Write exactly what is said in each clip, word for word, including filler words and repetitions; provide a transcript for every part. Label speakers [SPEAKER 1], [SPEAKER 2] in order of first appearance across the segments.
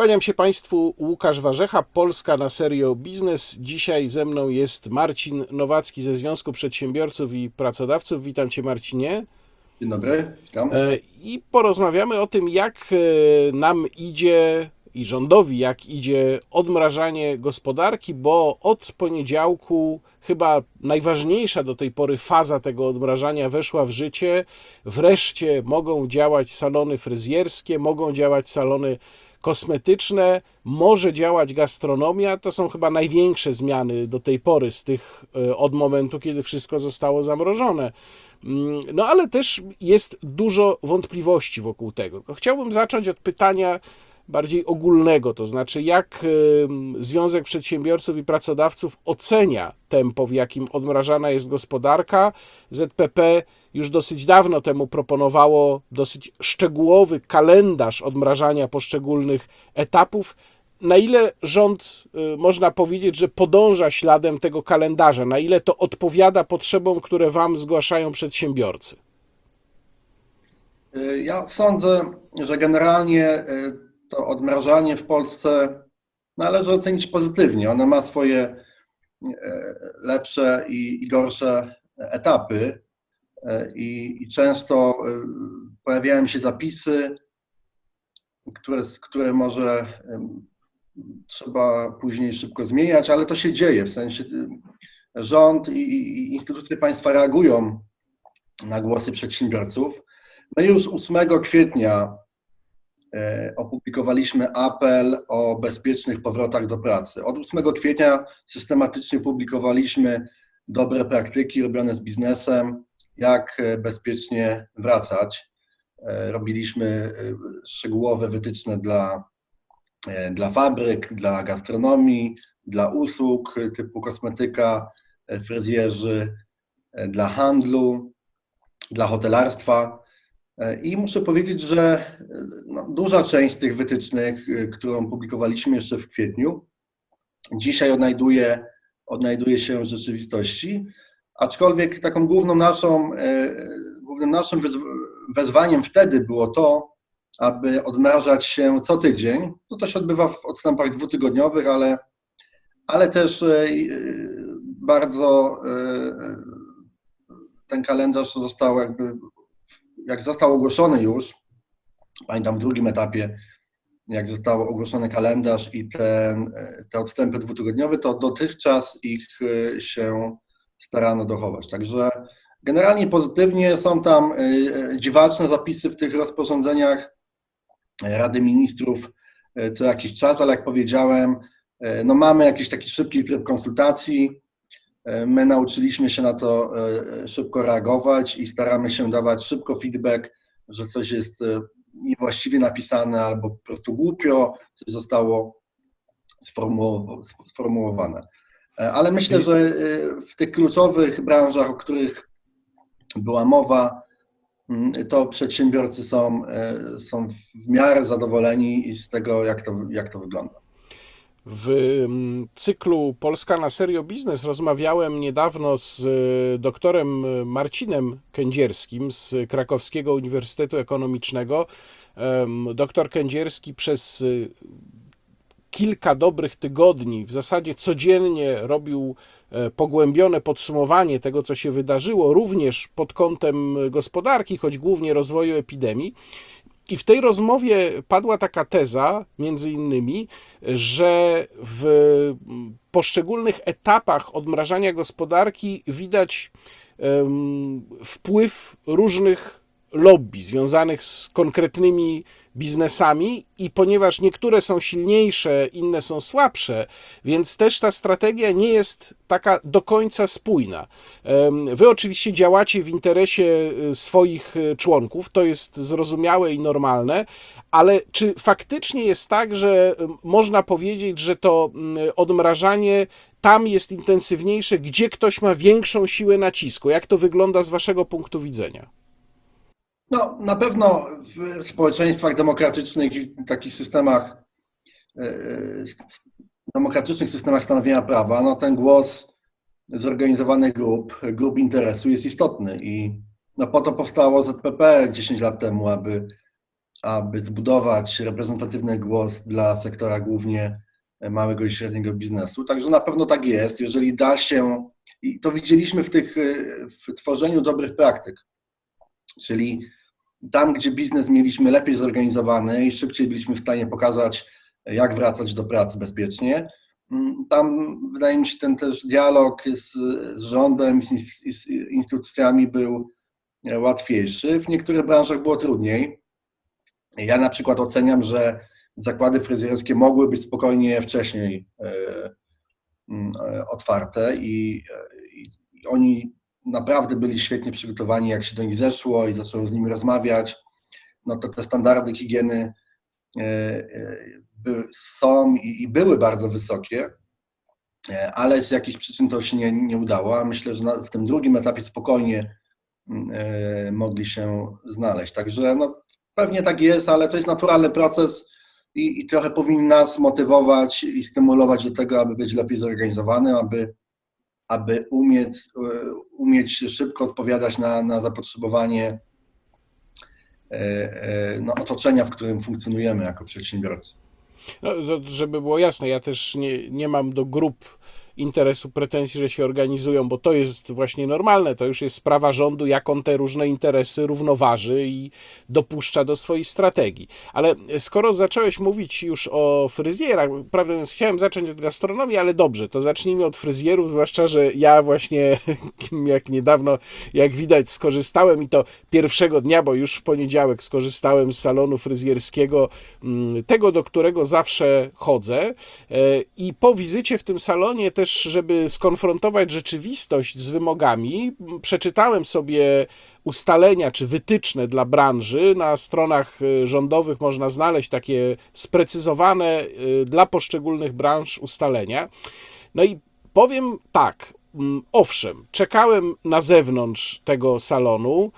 [SPEAKER 1] Kłaniam się Państwu, Łukasz Warzecha, Polska na serio biznes. Dzisiaj ze mną jest Marcin Nowacki ze Związku Przedsiębiorców i Pracodawców. Witam Cię, Marcinie.
[SPEAKER 2] Dzień dobry, witam.
[SPEAKER 1] I porozmawiamy o tym, jak nam idzie i rządowi, jak idzie odmrażanie gospodarki, bo od poniedziałku chyba najważniejsza do tej pory faza tego odmrażania weszła w życie. Wreszcie mogą działać salony fryzjerskie, mogą działać salony kosmetyczne, może działać gastronomia. To są chyba największe zmiany do tej pory z tych od momentu, kiedy wszystko zostało zamrożone. No ale też jest dużo wątpliwości wokół tego. Chciałbym zacząć od pytania bardziej ogólnego, to znaczy jak Związek Przedsiębiorców i Pracodawców ocenia tempo, w jakim odmrażana jest gospodarka. Z P P już dosyć dawno temu proponowało dosyć szczegółowy kalendarz odmrażania poszczególnych etapów. Na ile rząd, można powiedzieć, że podąża śladem tego kalendarza? Na ile to odpowiada potrzebom, które Wam zgłaszają przedsiębiorcy?
[SPEAKER 2] Ja sądzę, że generalnie to odmrażanie w Polsce należy ocenić pozytywnie. Ono ma swoje lepsze i gorsze etapy i, i często pojawiają się zapisy, które, które może trzeba później szybko zmieniać, ale to się dzieje, w sensie rząd i, i instytucje państwa reagują na głosy przedsiębiorców. My już ósmego kwietnia opublikowaliśmy apel o bezpiecznych powrotach do pracy. Od ósmego kwietnia systematycznie publikowaliśmy dobre praktyki robione z biznesem, jak bezpiecznie wracać. Robiliśmy szczegółowe wytyczne dla, dla fabryk, dla gastronomii, dla usług typu kosmetyka, fryzjerzy, dla handlu, dla hotelarstwa. I muszę powiedzieć, że no, duża część z tych wytycznych, którą publikowaliśmy jeszcze w kwietniu, dzisiaj odnajduje, odnajduje się w rzeczywistości, aczkolwiek taką główną naszą, głównym naszym wezwaniem wtedy było to, aby odmrażać się co tydzień. To, to się odbywa w odstępach dwutygodniowych, ale, ale też bardzo ten kalendarz został jakby jak został ogłoszony już, pamiętam w drugim etapie, jak został ogłoszony kalendarz i ten, te odstępy dwutygodniowe, to dotychczas ich się starano dochować. Także generalnie pozytywnie, są tam dziwaczne zapisy w tych rozporządzeniach Rady Ministrów co jakiś czas, ale jak powiedziałem, no mamy jakiś taki szybki tryb konsultacji. My nauczyliśmy się na to szybko reagować i staramy się dawać szybko feedback, że coś jest niewłaściwie napisane albo po prostu głupio, coś zostało sformułowane. Ale myślę, że w tych kluczowych branżach, o których była mowa, to przedsiębiorcy są, są w miarę zadowoleni z tego, jak to, jak to wygląda.
[SPEAKER 1] W cyklu Polska na serio biznes rozmawiałem niedawno z doktorem Marcinem Kędzierskim z Krakowskiego Uniwersytetu Ekonomicznego. Doktor Kędzierski przez kilka dobrych tygodni, w zasadzie codziennie robił pogłębione podsumowanie tego, co się wydarzyło, również pod kątem gospodarki, choć głównie rozwoju epidemii. I w tej rozmowie padła taka teza, między innymi, że w poszczególnych etapach odmrażania gospodarki widać wpływ różnych lobby związanych z konkretnymi biznesami i ponieważ niektóre są silniejsze, inne są słabsze, więc też ta strategia nie jest taka do końca spójna. Wy oczywiście działacie w interesie swoich członków, to jest zrozumiałe i normalne, ale czy faktycznie jest tak, że można powiedzieć, że to odmrażanie tam jest intensywniejsze, gdzie ktoś ma większą siłę nacisku? Jak to wygląda z waszego punktu widzenia?
[SPEAKER 2] No, na pewno w społeczeństwach demokratycznych i w takich systemach, demokratycznych systemach stanowienia prawa, no ten głos zorganizowanych grup, grup interesu jest istotny i no po to powstało Z P P dziesięć lat temu, aby, aby zbudować reprezentatywny głos dla sektora głównie małego i średniego biznesu. Także na pewno tak jest, jeżeli da się, i to widzieliśmy w, tych, w tworzeniu dobrych praktyk, czyli tam, gdzie biznes mieliśmy lepiej zorganizowany i szybciej byliśmy w stanie pokazać, jak wracać do pracy bezpiecznie, tam wydaje mi się ten też dialog z, z rządem, z instytucjami był łatwiejszy. W niektórych branżach było trudniej. Ja na przykład oceniam, że zakłady fryzjerskie mogły być spokojnie wcześniej otwarte i, i oni naprawdę byli świetnie przygotowani, jak się do nich zeszło i zaczęło z nimi rozmawiać, no to te standardy higieny są i były bardzo wysokie, ale z jakichś przyczyn to się nie, nie udało, a myślę, że w tym drugim etapie spokojnie mogli się znaleźć. Także no, pewnie tak jest, ale to jest naturalny proces i, i trochę powinien nas motywować i stymulować do tego, aby być lepiej zorganizowanym, aby, aby umieć, umieć szybko odpowiadać na, na zapotrzebowanie no, otoczenia, w którym funkcjonujemy jako przedsiębiorcy.
[SPEAKER 1] No, żeby było jasne, ja też nie, nie mam do grup interesu pretensji, że się organizują, bo to jest właśnie normalne, to już jest sprawa rządu, jak on te różne interesy równoważy i dopuszcza do swojej strategii. Ale skoro zacząłeś mówić już o fryzjerach, prawdę mówiąc, chciałem zacząć od gastronomii, ale dobrze, to zacznijmy od fryzjerów, zwłaszcza, że ja właśnie jak niedawno, jak widać, skorzystałem i to pierwszego dnia, bo już w poniedziałek skorzystałem z salonu fryzjerskiego, tego, do którego zawsze chodzę, i po wizycie w tym salonie też, żeby skonfrontować rzeczywistość z wymogami, przeczytałem sobie ustalenia czy wytyczne dla branży. Na stronach rządowych można znaleźć takie sprecyzowane dla poszczególnych branż ustalenia. No i powiem tak, owszem, czekałem na zewnątrz tego salonu,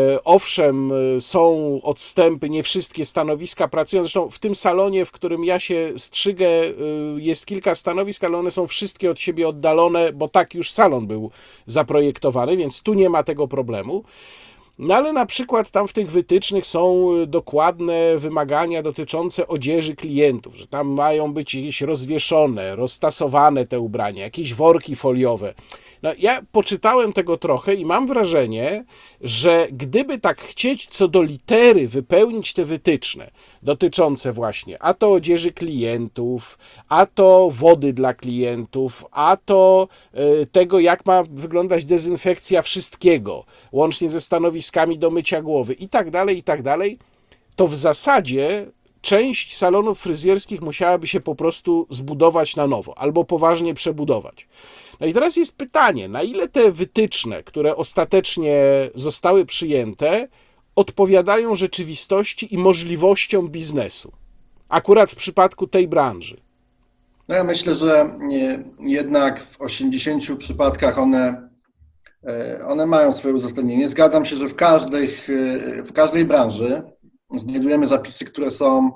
[SPEAKER 1] owszem, są odstępy, nie wszystkie stanowiska pracują, zresztą w tym salonie, w którym ja się strzygę, jest kilka stanowisk, ale one są wszystkie od siebie oddalone, bo tak już salon był zaprojektowany, więc tu nie ma tego problemu. No ale na przykład tam w tych wytycznych są dokładne wymagania dotyczące odzieży klientów, że tam mają być jakieś rozwieszone, roztasowane te ubrania, jakieś worki foliowe. No, ja poczytałem tego trochę i mam wrażenie, że gdyby tak chcieć co do litery wypełnić te wytyczne dotyczące właśnie a to odzieży klientów, a to wody dla klientów, a to tego, jak ma wyglądać dezynfekcja wszystkiego, łącznie ze stanowiskami do mycia głowy i tak dalej, i tak dalej, to w zasadzie część salonów fryzjerskich musiałaby się po prostu zbudować na nowo albo poważnie przebudować. No i teraz jest pytanie, na ile te wytyczne, które ostatecznie zostały przyjęte, odpowiadają rzeczywistości i możliwościom biznesu, akurat w przypadku tej branży?
[SPEAKER 2] No ja myślę, że jednak w osiemdziesięciu przypadkach one, one mają swoje uzasadnienie. Zgadzam się, że w każdej, w każdej branży znajdujemy zapisy, które są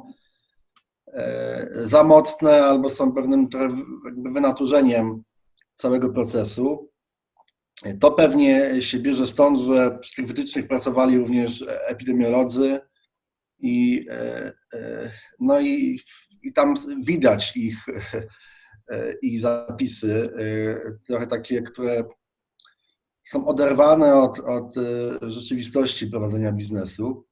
[SPEAKER 2] za mocne albo są pewnym jakby wynaturzeniem całego procesu. To pewnie się bierze stąd, że przy tych wytycznych pracowali również epidemiolodzy i, no i, i tam widać ich, ich zapisy, trochę takie, które są oderwane od, od rzeczywistości prowadzenia biznesu.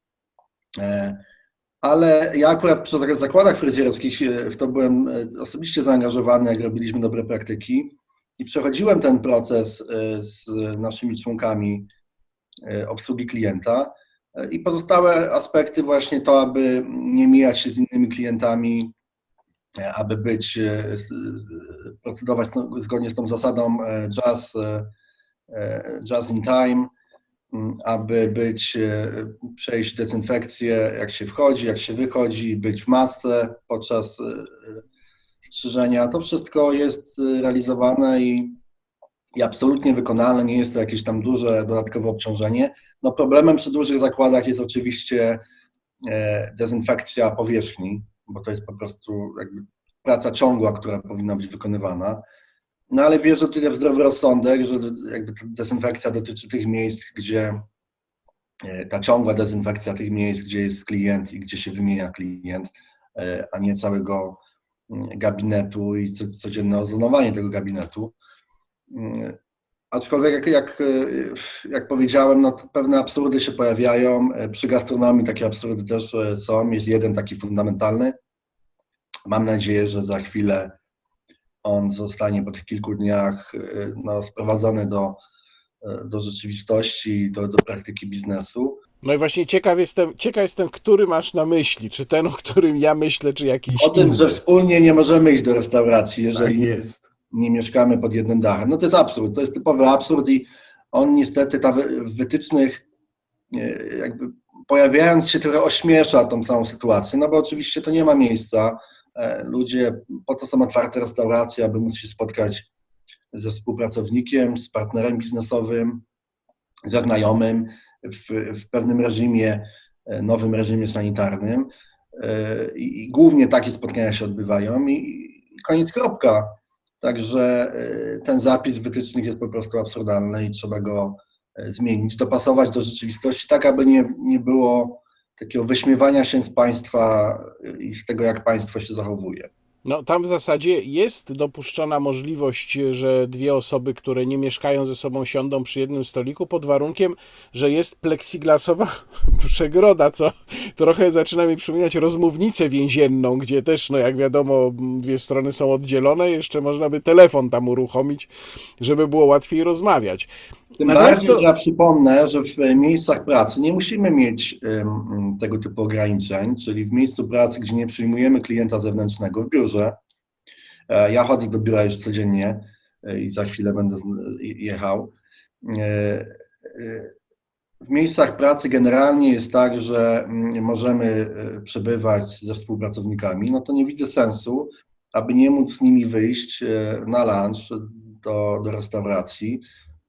[SPEAKER 2] Ale ja akurat przy zakładach fryzjerskich w to byłem osobiście zaangażowany, jak robiliśmy dobre praktyki i przechodziłem ten proces z naszymi członkami obsługi klienta i pozostałe aspekty właśnie to, aby nie mijać się z innymi klientami, aby być, procedować zgodnie z tą zasadą just, just in time, aby być, przejść dezynfekcję, jak się wchodzi, jak się wychodzi, być w masce podczas strzyżenia. To wszystko jest realizowane i, i absolutnie wykonalne. Nie jest to jakieś tam duże dodatkowe obciążenie. No problemem przy dużych zakładach jest oczywiście dezynfekcja powierzchni, bo to jest po prostu jakby praca ciągła, która powinna być wykonywana. No ale wierzę tyle w zdrowy rozsądek, że jakby dezynfekcja dotyczy tych miejsc, gdzie ta ciągła dezynfekcja tych miejsc, gdzie jest klient i gdzie się wymienia klient, a nie całego gabinetu i codzienne ozonowanie tego gabinetu. Aczkolwiek, jak, jak, jak powiedziałem, no, pewne absurdy się pojawiają. Przy gastronomii takie absurdy też są. Jest jeden taki fundamentalny. Mam nadzieję, że za chwilę on zostanie po tych kilku dniach no, sprowadzony do, do rzeczywistości, do, do praktyki biznesu.
[SPEAKER 1] No i właśnie ciekaw jestem, ciekaw jestem, który masz na myśli, czy ten, o którym ja myślę, czy jakiś
[SPEAKER 2] O tym,
[SPEAKER 1] inny.
[SPEAKER 2] że wspólnie nie możemy iść do restauracji, jeżeli
[SPEAKER 1] Tak
[SPEAKER 2] nie,
[SPEAKER 1] jest.
[SPEAKER 2] nie mieszkamy pod jednym dachem. No to jest absurd, to jest typowy absurd i on niestety ta w wytycznych jakby pojawiając się trochę ośmiesza tą całą sytuację, no bo oczywiście to nie ma miejsca. Ludzie, po co są otwarte restauracje, aby móc się spotkać ze współpracownikiem, z partnerem biznesowym, ze znajomym w, w pewnym reżimie, nowym reżimie sanitarnym. I, i głównie takie spotkania się odbywają i, i koniec, kropka. Także ten zapis wytycznych jest po prostu absurdalny i trzeba go zmienić, dopasować do rzeczywistości, tak aby nie, nie było takiego wyśmiewania się z państwa i z tego, jak państwo się zachowuje.
[SPEAKER 1] No tam w zasadzie jest dopuszczona możliwość, że dwie osoby, które nie mieszkają ze sobą, siądą przy jednym stoliku pod warunkiem, że jest pleksiglasowa przegroda, co trochę zaczyna mi przypominać rozmównicę więzienną, gdzie też, no jak wiadomo, dwie strony są oddzielone, jeszcze można by telefon tam uruchomić, żeby było łatwiej rozmawiać.
[SPEAKER 2] Tym
[SPEAKER 1] Natomiast
[SPEAKER 2] bardziej,
[SPEAKER 1] to...
[SPEAKER 2] że ja przypomnę, że w miejscach pracy nie musimy mieć um, tego typu ograniczeń, czyli w miejscu pracy, gdzie nie przyjmujemy klienta zewnętrznego w biurze. E, ja chodzę do biura już codziennie e, i za chwilę będę z, jechał. E, e, w miejscach pracy generalnie jest tak, że mm, możemy przebywać ze współpracownikami. No to nie widzę sensu, aby nie móc z nimi wyjść e, na lunch do, do restauracji.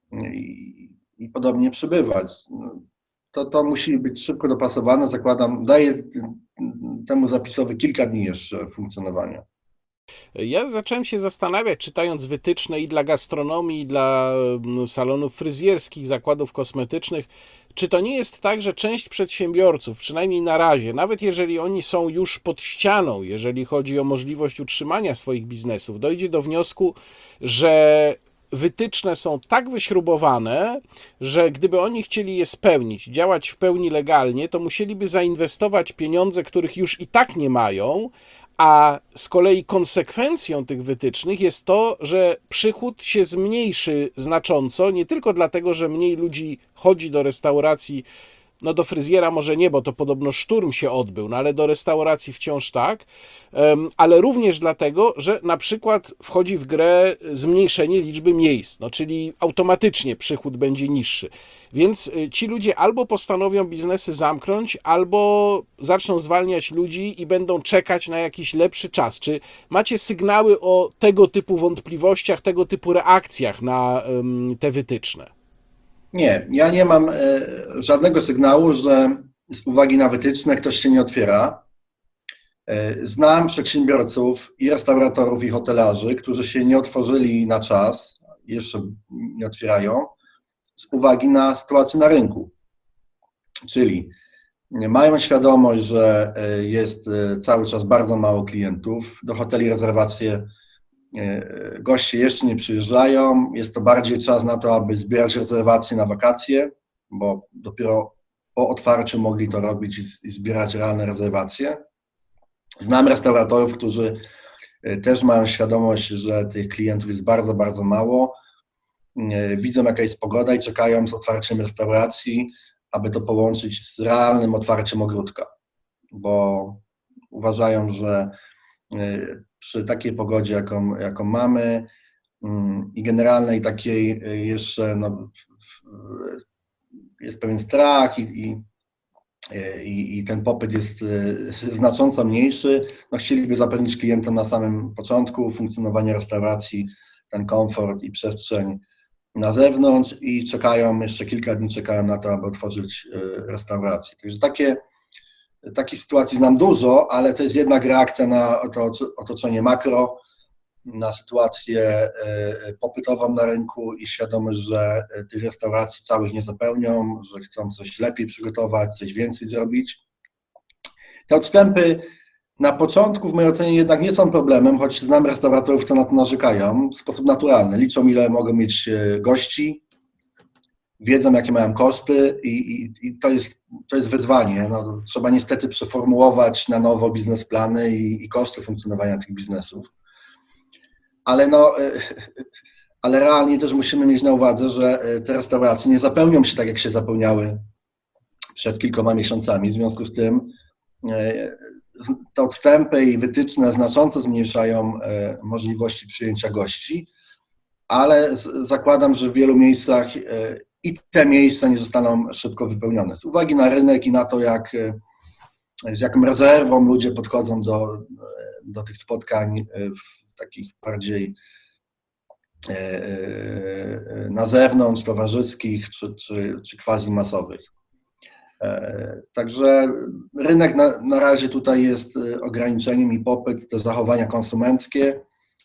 [SPEAKER 2] I, i podobnie przebywać. To, to musi być szybko dopasowane, zakładam, daję temu zapisowi kilka dni jeszcze funkcjonowania.
[SPEAKER 1] Ja zacząłem się zastanawiać, czytając wytyczne i dla gastronomii, i dla salonów fryzjerskich, zakładów kosmetycznych, czy to nie jest tak, że część przedsiębiorców, przynajmniej na razie, nawet jeżeli oni są już pod ścianą, jeżeli chodzi o możliwość utrzymania swoich biznesów, dojdzie do wniosku, że wytyczne są tak wyśrubowane, że gdyby oni chcieli je spełnić, działać w pełni legalnie, to musieliby zainwestować pieniądze, których już i tak nie mają, a z kolei konsekwencją tych wytycznych jest to, że przychód się zmniejszy znacząco, nie tylko dlatego, że mniej ludzi chodzi do restauracji, no do fryzjera może nie, bo to podobno szturm się odbył, no ale do restauracji wciąż tak, ale również dlatego, że na przykład wchodzi w grę zmniejszenie liczby miejsc, no czyli automatycznie przychód będzie niższy. Więc ci ludzie albo postanowią biznesy zamknąć, albo zaczną zwalniać ludzi i będą czekać na jakiś lepszy czas. Czy macie sygnały o tego typu wątpliwościach, tego typu reakcjach na te wytyczne?
[SPEAKER 2] Nie, ja nie mam żadnego sygnału, że z uwagi na wytyczne ktoś się nie otwiera. Znam przedsiębiorców i restauratorów, i hotelarzy, którzy się nie otworzyli na czas, jeszcze nie otwierają, z uwagi na sytuację na rynku. Czyli mają świadomość, że jest cały czas bardzo mało klientów, do hoteli rezerwacje goście jeszcze nie przyjeżdżają, jest to bardziej czas na to, aby zbierać rezerwacje na wakacje, bo dopiero po otwarciu mogli to robić i zbierać realne rezerwacje. Znam restauratorów, którzy też mają świadomość, że tych klientów jest bardzo, bardzo mało, widzą jaka jest pogoda i czekają z otwarciem restauracji, aby to połączyć z realnym otwarciem ogródka, bo uważają, że przy takiej pogodzie, jaką, jaką mamy i generalnej takiej jeszcze no, jest pewien strach i, i, i, i ten popyt jest znacząco mniejszy, no chcieliby zapewnić klientom na samym początku funkcjonowania restauracji ten komfort i przestrzeń na zewnątrz i czekają, jeszcze kilka dni czekają na to, aby otworzyć restaurację. Także takie, takich sytuacji znam dużo, ale to jest jednak reakcja na to otoczenie makro, na sytuację popytową na rynku i świadomość, że tych restauracji całych nie zapełnią, że chcą coś lepiej przygotować, coś więcej zrobić. Te odstępy na początku w mojej ocenie jednak nie są problemem, choć znam restauratorów, co na to narzekają, w sposób naturalny. Liczą, ile mogą mieć gości, wiedzą, jakie mają koszty i, i, i to jest, to jest wyzwanie. No, trzeba niestety przeformułować na nowo biznesplany i, i koszty funkcjonowania tych biznesów. Ale, no, ale realnie też musimy mieć na uwadze, że te restauracje nie zapełnią się tak, jak się zapełniały przed kilkoma miesiącami. W związku z tym te odstępy i wytyczne znacząco zmniejszają możliwości przyjęcia gości, ale zakładam, że w wielu miejscach i te miejsca nie zostaną szybko wypełnione. Z uwagi na rynek i na to, jak, z jaką rezerwą ludzie podchodzą do, do tych spotkań w takich bardziej na zewnątrz, towarzyskich czy, czy, czy quasi masowych. Także rynek na, na razie tutaj jest ograniczeniem i popyt, te zachowania konsumenckie,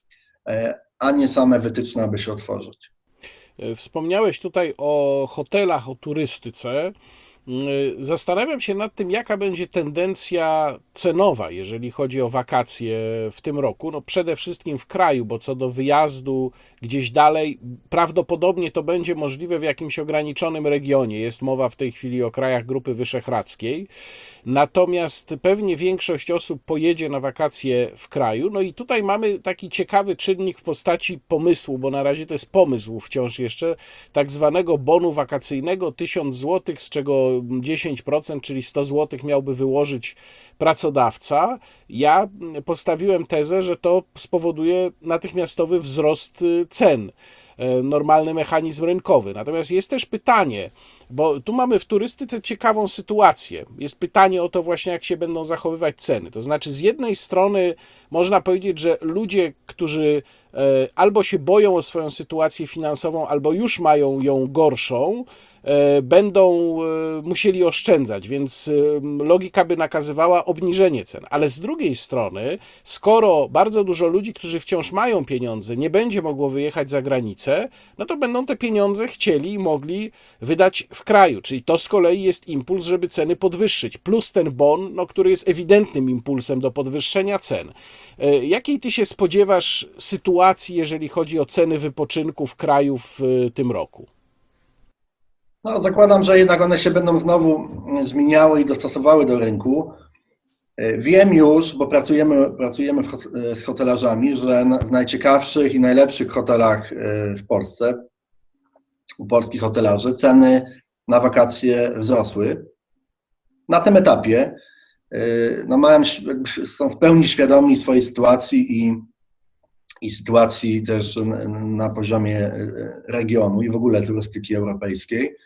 [SPEAKER 2] a nie same wytyczne, aby się otworzyć.
[SPEAKER 1] Wspomniałeś tutaj o hotelach, o turystyce. Zastanawiam się nad tym, jaka będzie tendencja cenowa, jeżeli chodzi o wakacje w tym roku. No przede wszystkim w kraju, bo co do wyjazdu gdzieś dalej, prawdopodobnie to będzie możliwe w jakimś ograniczonym regionie. Jest mowa w tej chwili o krajach Grupy Wyszehradzkiej. Natomiast pewnie większość osób pojedzie na wakacje w kraju. No i tutaj mamy taki ciekawy czynnik w postaci pomysłu, bo na razie to jest pomysł wciąż jeszcze, tak zwanego bonu wakacyjnego, tysiąc złotych, z czego dziesięć procent, czyli sto złotych miałby wyłożyć pracodawca. Ja postawiłem tezę, że to spowoduje natychmiastowy wzrost cen. Normalny mechanizm rynkowy. Natomiast jest też pytanie, bo tu mamy w turystyce ciekawą sytuację. Jest pytanie o to właśnie, jak się będą zachowywać ceny. To znaczy, z jednej strony można powiedzieć, że ludzie, którzy albo się boją o swoją sytuację finansową, albo już mają ją gorszą, będą musieli oszczędzać, więc logika by nakazywała obniżenie cen. Ale z drugiej strony, skoro bardzo dużo ludzi, którzy wciąż mają pieniądze, nie będzie mogło wyjechać za granicę, no to będą te pieniądze chcieli i mogli wydać w kraju. Czyli to z kolei jest impuls, żeby ceny podwyższyć. Plus ten bon, no, który jest ewidentnym impulsem do podwyższenia cen. Jakiej ty się spodziewasz sytuacji, jeżeli chodzi o ceny wypoczynku w kraju w tym roku?
[SPEAKER 2] No, zakładam, że jednak one się będą znowu zmieniały i dostosowały do rynku. Wiem już, bo pracujemy, pracujemy z hotelarzami, że w najciekawszych i najlepszych hotelach w Polsce, u polskich hotelarzy, ceny na wakacje wzrosły. Na tym etapie no mają, są w pełni świadomi swojej sytuacji i, i sytuacji też na poziomie regionu i w ogóle turystyki europejskiej.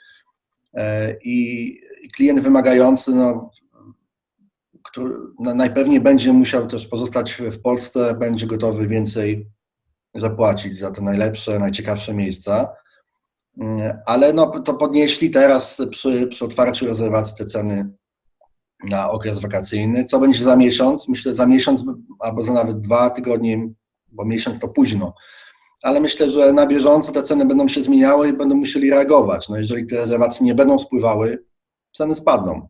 [SPEAKER 2] I klient wymagający, no, który najpewniej będzie musiał też pozostać w Polsce, będzie gotowy więcej zapłacić za te najlepsze, najciekawsze miejsca. Ale no, to podnieśli teraz przy, przy otwarciu rezerwacji te ceny na okres wakacyjny. Co będzie za miesiąc? Myślę, za miesiąc albo za nawet dwa tygodnie, bo miesiąc to późno. Ale myślę, że na bieżąco te ceny będą się zmieniały i będą musieli reagować. No jeżeli te rezerwacje nie będą spływały, ceny spadną.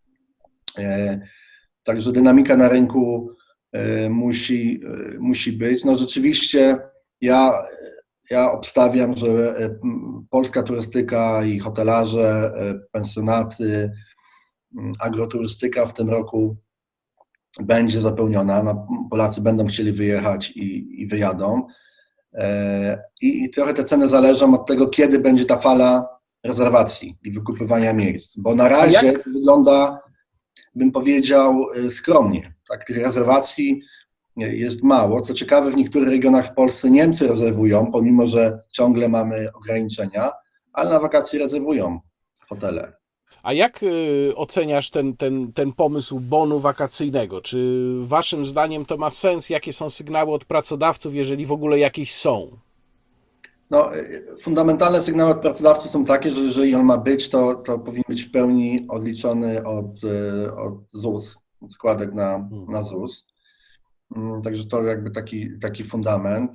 [SPEAKER 2] Także dynamika na rynku musi, musi być. No rzeczywiście ja, ja obstawiam, że polska turystyka i hotelarze, pensjonaty, agroturystyka w tym roku będzie zapełniona. No, Polacy będą chcieli wyjechać i, i wyjadą. I, I trochę te ceny zależą od tego, kiedy będzie ta fala rezerwacji i wykupywania miejsc. Bo na razie
[SPEAKER 1] jak?
[SPEAKER 2] wygląda, bym powiedział, skromnie. Tak, tych rezerwacji jest mało. Co ciekawe, w niektórych regionach w Polsce Niemcy rezerwują, pomimo że ciągle mamy ograniczenia, ale na wakacje rezerwują hotele.
[SPEAKER 1] A jak oceniasz ten, ten, ten pomysł bonu wakacyjnego? Czy waszym zdaniem to ma sens? Jakie są sygnały od pracodawców, jeżeli w ogóle jakieś są?
[SPEAKER 2] No, fundamentalne sygnały od pracodawcy są takie, że jeżeli on ma być, to, to powinien być w pełni odliczony od, od Z U S, od składek na, na Z U S. Także to jakby taki, taki fundament.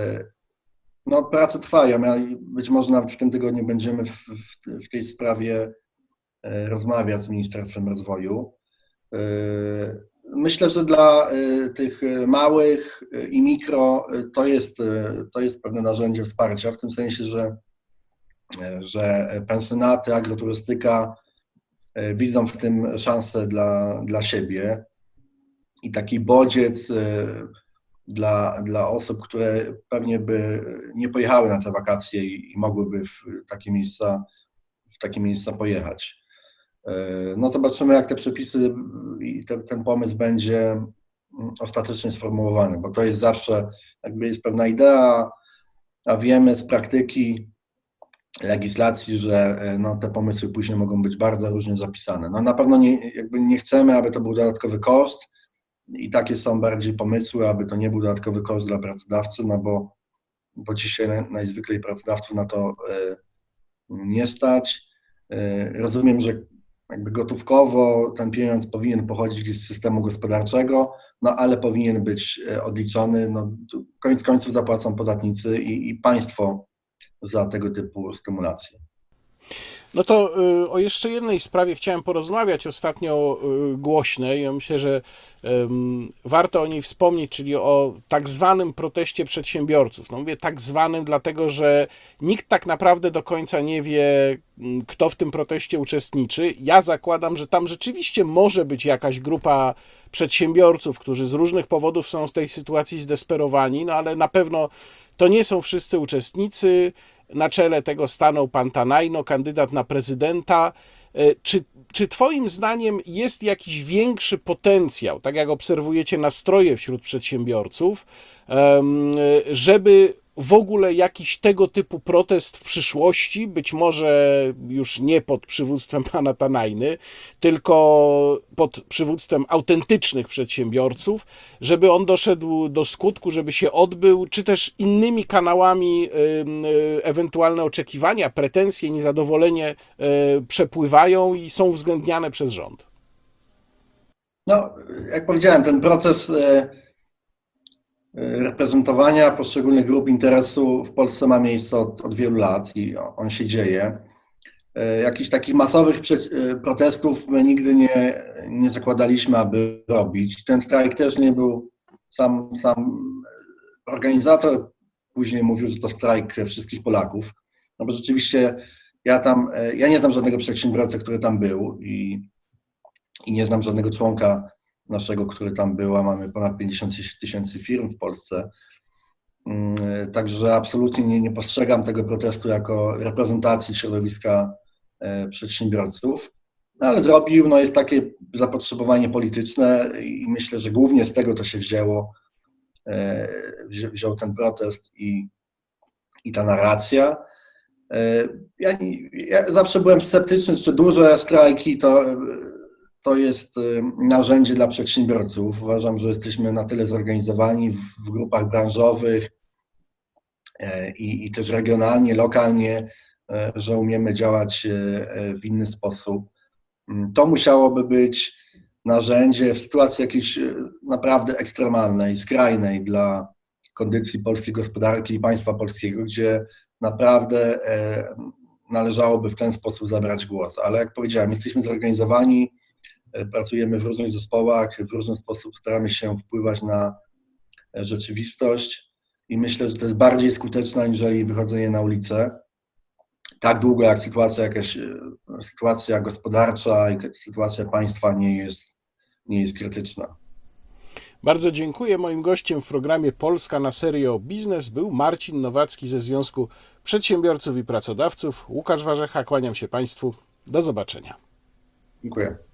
[SPEAKER 2] No, prace trwają. Ja być może nawet w tym tygodniu będziemy w, w, w tej sprawie rozmawiać z Ministerstwem Rozwoju. Myślę, że dla tych małych i mikro to jest, to jest pewne narzędzie wsparcia, w tym sensie, że, że pensjonaty, agroturystyka widzą w tym szansę dla, dla siebie i taki bodziec dla, dla osób, które pewnie by nie pojechały na te wakacje i, i mogłyby w takie miejsca, w takie miejsca pojechać. No zobaczymy, jak te przepisy i te, ten pomysł będzie ostatecznie sformułowany, bo to jest zawsze, jakby jest pewna idea, a wiemy z praktyki legislacji, że no, te pomysły później mogą być bardzo różnie zapisane. No na pewno nie, jakby nie chcemy, aby to był dodatkowy koszt i takie są bardziej pomysły, aby to nie był dodatkowy koszt dla pracodawcy, no bo, bo dzisiaj najzwyklej pracodawców na to nie stać. Rozumiem, że jakby gotówkowo ten pieniądz powinien pochodzić gdzieś z systemu gospodarczego, no ale powinien być odliczony, no koniec końców zapłacą podatnicy i, i państwo za tego typu stymulacje.
[SPEAKER 1] No to o jeszcze jednej sprawie chciałem porozmawiać, ostatnio głośnej. Ja myślę, że warto o niej wspomnieć, czyli o tak zwanym proteście przedsiębiorców. No mówię tak zwanym, dlatego że nikt tak naprawdę do końca nie wie, kto w tym proteście uczestniczy. Ja zakładam, że tam rzeczywiście może być jakaś grupa przedsiębiorców, którzy z różnych powodów są z tej sytuacji zdesperowani, no ale na pewno to nie są wszyscy uczestnicy. Na czele tego stanął pan Tanajno, kandydat na prezydenta. Czy, czy twoim zdaniem jest jakiś większy potencjał, tak jak obserwujecie nastroje wśród przedsiębiorców, żeby w ogóle jakiś tego typu protest w przyszłości, być może już nie pod przywództwem pana Tanajny, tylko pod przywództwem autentycznych przedsiębiorców, żeby on doszedł do skutku, żeby się odbył, czy też innymi kanałami ewentualne oczekiwania, pretensje, niezadowolenie przepływają i są uwzględniane przez rząd?
[SPEAKER 2] No, jak powiedziałem, ten proces reprezentowania poszczególnych grup interesu w Polsce ma miejsce od, od wielu lat i on się dzieje. Jakichś takich masowych protestów my nigdy nie, nie zakładaliśmy, aby robić. Ten strajk też nie był, sam, sam organizator później mówił, że to strajk wszystkich Polaków. No bo rzeczywiście ja tam, ja nie znam żadnego przedsiębiorcy, który tam był i, i nie znam żadnego członka naszego, który tam był, a mamy ponad pięćdziesiąt tysięcy firm w Polsce. Także absolutnie nie, nie postrzegam tego protestu jako reprezentacji środowiska przedsiębiorców, no ale zrobił, no jest takie zapotrzebowanie polityczne i myślę, że głównie z tego to się wzięło, wziął ten protest i, i ta narracja. Ja, ja zawsze byłem sceptyczny, czy duże strajki to To jest narzędzie dla przedsiębiorców. Uważam, że jesteśmy na tyle zorganizowani w, w grupach branżowych i, i też regionalnie, lokalnie, że umiemy działać w inny sposób. To musiałoby być narzędzie w sytuacji jakiejś naprawdę ekstremalnej, skrajnej dla kondycji polskiej gospodarki i państwa polskiego, gdzie naprawdę należałoby w ten sposób zabrać głos. Ale jak powiedziałem, jesteśmy zorganizowani, pracujemy w różnych zespołach, w różny sposób staramy się wpływać na rzeczywistość i myślę, że to jest bardziej skuteczne aniżeli wychodzenie na ulicę. Tak długo jak sytuacja jakaś, sytuacja gospodarcza, sytuacja państwa nie jest, nie jest krytyczna.
[SPEAKER 1] Bardzo dziękuję. Moim gościem w programie Polska na serio biznes był Marcin Nowacki ze Związku Przedsiębiorców i Pracodawców. Łukasz Warzecha, kłaniam się Państwu. Do zobaczenia.
[SPEAKER 2] Dziękuję.